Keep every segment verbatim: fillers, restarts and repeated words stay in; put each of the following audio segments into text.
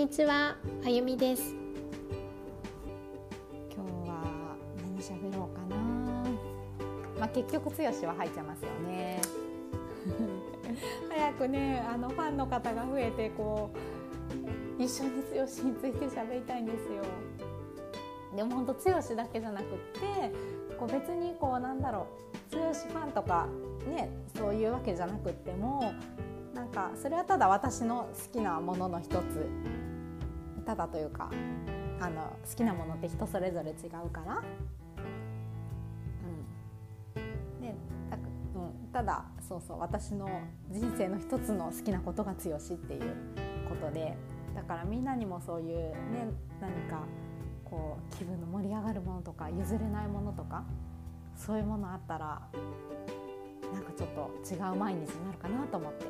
にちは、あゆみです。 今日は何喋ろうかな。まあ結局剛は入っちゃいますよね早くねあのファンの方が増えてこう一緒に剛について喋りたいんですよ。でも本当剛だけじゃなくってこう別にこうなんだろう剛ファンとかねそういうわけじゃなくってもなんかそれはただ私の好きなものの一つただというかあの好きなものって人それぞれ違うから、うんねたうん、ただそうそう私の人生の一つの好きなことが剛っていうことでだからみんなにもそういう、ね、何かこう気分の盛り上がるものとか譲れないものとかそういうものあったらなんかちょっと違う毎日になるかなと思って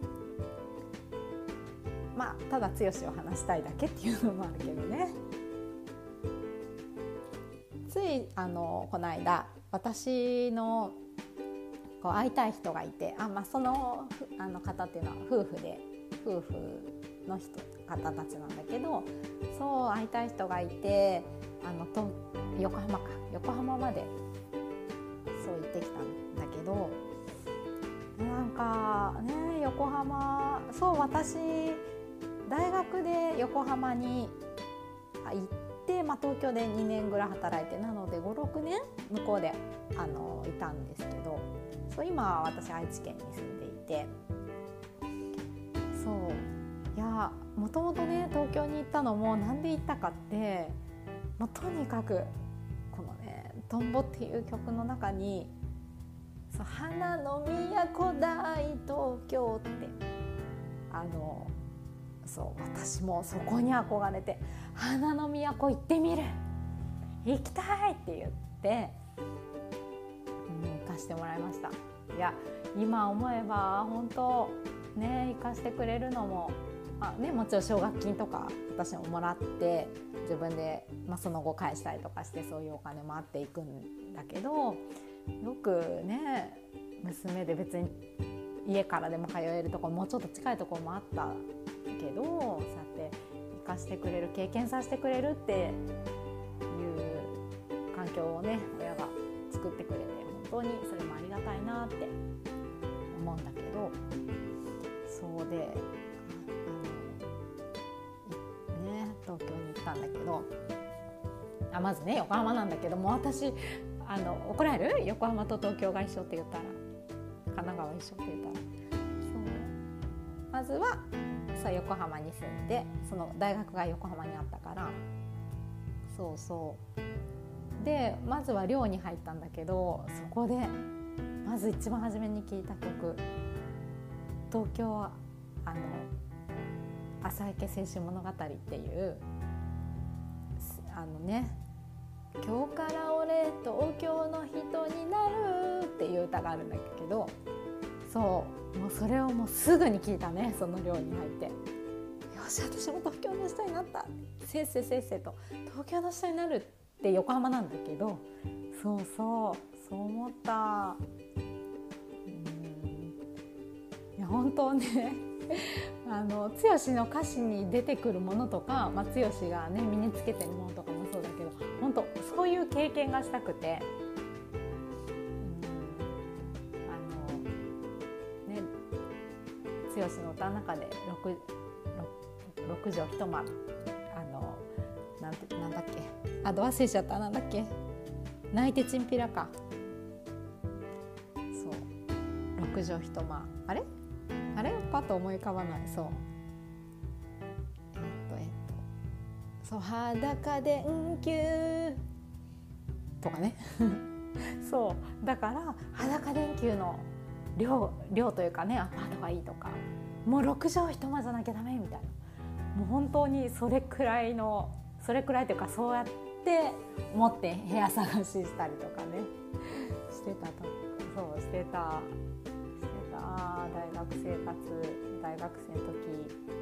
まあただ剛を話したいだけっていうのもあるけどね。ついあのこの間私のこう会いたい人がいてあ、まあ、その、あの方っていうのは夫婦で夫婦の人方たちなんだけどそう会いたい人がいてあのと横浜か横浜までそう行ってきたんだけどなんかね横浜そう私大学で横浜に行って、まあ、東京でにねんぐらい働いてなのでごろくねん向こうであのいたんですけどそう今は私愛知県に住んでいてそういやもともとね東京に行ったのもなんで行ったかってもうとにかくこのねトンボっていう曲の中にそう花の都大東京ってあのそう私もそこに憧れて花の都行ってみる行きたいって言って、うん、行かしてもらいました。いや今思えば本当ね行かしてくれるのもあ、ね、もちろん奨学金とか私ももらって自分で、まあ、その後返したりとかしてそういうお金もあっていくんだけどよくね娘で別に家からでも通えるところもうちょっと近いところもあったけどそうやって生かしてくれる経験させてくれるっていう環境をね親が作ってくれて本当にそれもありがたいなって思うんだけどそうであの、ね、東京に行ったんだけどあまずね横浜なんだけども私あの怒られる横浜と東京が一緒って言ったら神奈川一緒って言ったらそうまずはそう横浜に住んでその大学が横浜にあったからそうそうでまずは寮に入ったんだけどそこでまず一番初めに聴いた曲東京はあの浅井家青春物語っていうあのね今日から俺東京の人になるっていう歌があるんだけどそうもうそれをもうすぐに聞いたねその寮に入ってよし私も東京の人になったせっせせっせと東京の人になるって横浜なんだけどそうそうそう思ったうんいや本当ねあの剛の歌詞に出てくるものとか、まあ、剛がね身につけてるものとかもそうだけど本当そういう経験がしたくて剛の歌の中で 6, 6畳一間あのなんてなんだっけあど忘れちゃったなんだっけ泣いてチンピラかそうろく畳一間あれあれパッと思い浮かばないそうえっとえっとそう裸電球とかねそうだから裸電球の寮, 寮というかねアパートがいいとかもうろく畳一間じゃなきゃダメみたいなもう本当にそれくらいのそれくらいというかそうやって思って部屋探ししたりとかねしてたとそうしてたしてた大学生活大学生の時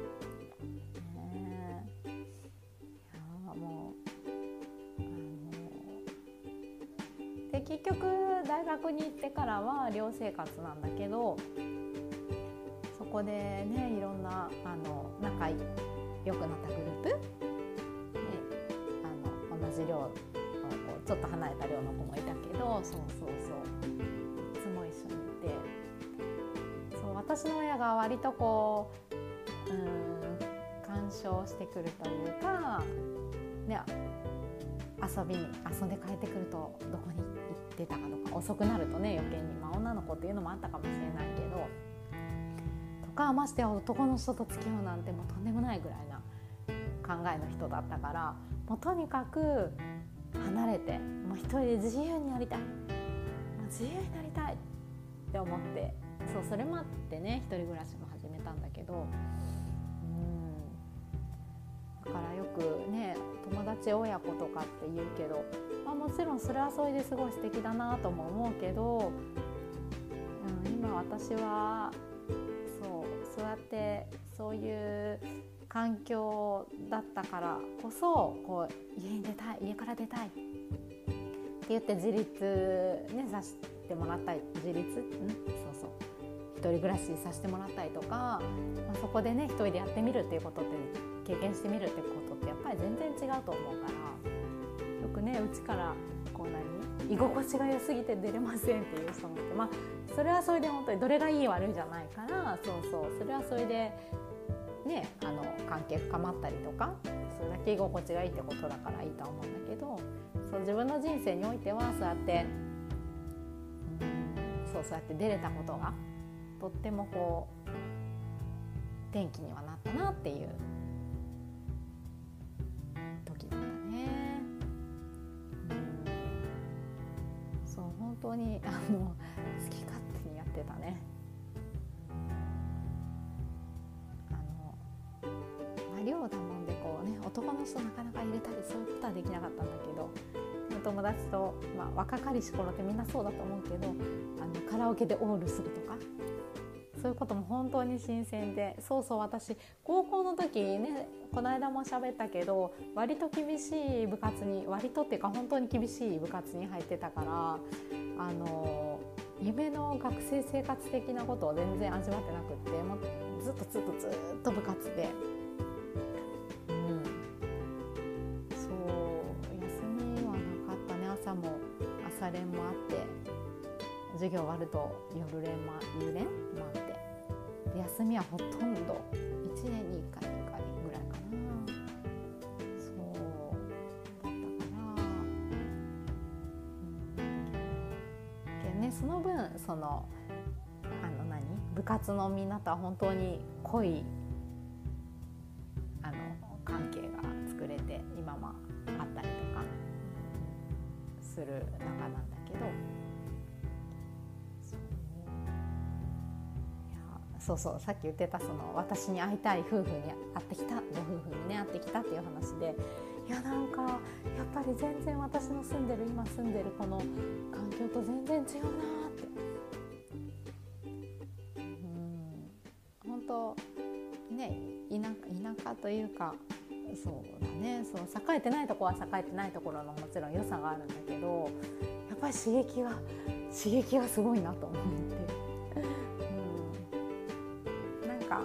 ねえいやもうあので結局大学に行ってからは寮生活なんだけどそこでねいろんなあの仲良良くなったグループ、ね、あの同じ寮のちょっと離れた寮の子もいたけど、そうそうそういつも一緒にいて、そう私の親が割とこう、うーん干渉してくるというか、ね、遊びに遊んで帰ってくるとどこに行ってたかとか、遅くなるとね余計に、まあ、女の子っていうのもあったかもしれないけどとか、ましてや男の人と付き合うなんてもうとんでもないぐらいな考えの人だったから、もうとにかく離れてもう一人で自由になりたい、もう自由になりたいって思って、そうそれもあってね一人暮らしも始めたんだけど、だからよくね友達親子とかって言うけど、まあ、もちろんそれはそれですごい素敵だなとも思うけど、うん、今私はそうそうやってそういう環境だったからこそ、こう家に出たい、家から出たいって言って自立、ね、させてもらったり、自立、んそうそう一人暮らしさせてもらったりとか、まあ、そこでね一人でやってみるっていうことって経験してみるってことってやっぱり全然違うと思うから、よくねうちからこう何居心地が良すぎて出れませんっていう人もいて、まあそれはそれで本当にどれがいい悪いじゃないから、そうそうそれはそれでねあの関係深まったりとか、それだけ居心地がいいってことだからいいとは思うんだけど、そう自分の人生においてはそうやって、うん、そうそうやって出れたことがとってもこう転機にはなったなっていう時だったね。うん、そう本当にあの好き勝手にやってたね。あの、まあ、寮だもんでこうね男の人なかなか入れたりそういうことはできなかったんだけど、友達と、まあ、若かりし頃ってみんなそうだと思うけど、あのカラオケでオールするとかそういうことも本当に新鮮で、そうそう私高校の時ねこの間も喋ったけど、割と厳しい部活に割とっていうか本当に厳しい部活に入ってたから、あの夢の学生生活的なことを全然味わってなくって、もうずっとずっとずっと部活で、うん、そう休みはなかったね。朝も朝練もあって、授業終わると夜練も夕練もあって、で休みはほとんどいちねんにいっかいにかいぐらいかな。そうだったから、うんけどね、その分そのあの何部活のみんなとは本当に濃いあの関係が作れて今もあったりとかする仲なんだけど、そうそうさっき言ってたその私に会いたい夫婦に会ってきたご夫婦にね会ってきたっていう話で、いやなんかやっぱり全然私の住んでる今住んでるこの環境と全然違うなって、うん本当ね田舎田舎というかそうだね、そう栄えてないところは栄えてないところのもちろん良さがあるんだけど、やっぱり刺激が刺激がすごいなと思って。か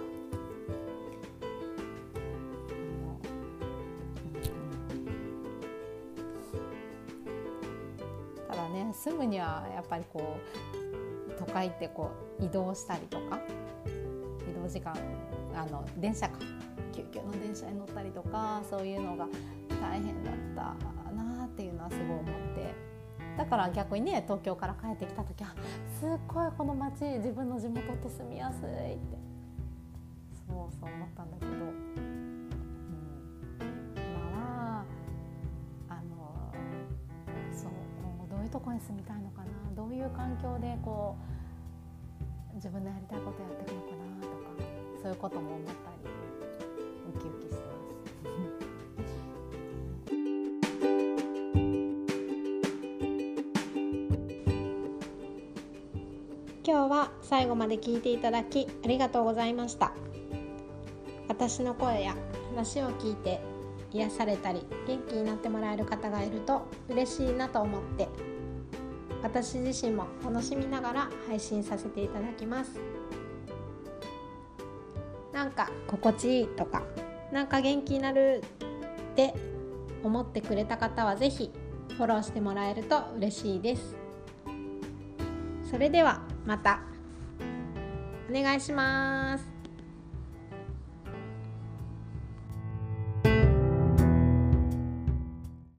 ただね住むにはやっぱりこう都会ってこう移動したりとか移動時間あの電車か救急の電車に乗ったりとかそういうのが大変だったなっていうのはすごい思って、だから逆にね東京から帰ってきた時はすっごいこの街自分の地元って住みやすいってそうそう思ったんだけど、うん、今はあのそう今後どういうところに住みたいのかな、どういう環境でこう自分のやりたいことやっていくのかなとかそういうことも思ったりウキウキしてます。 今日は最後まで聞いていただきありがとうございました。私の声や話を聞いて癒されたり元気になってもらえる方がいると嬉しいなと思って、私自身も楽しみながら配信させていただきます。なんか心地いいとかなんか元気になるって思ってくれた方はぜひフォローしてもらえると嬉しいです。それではまたお願いします。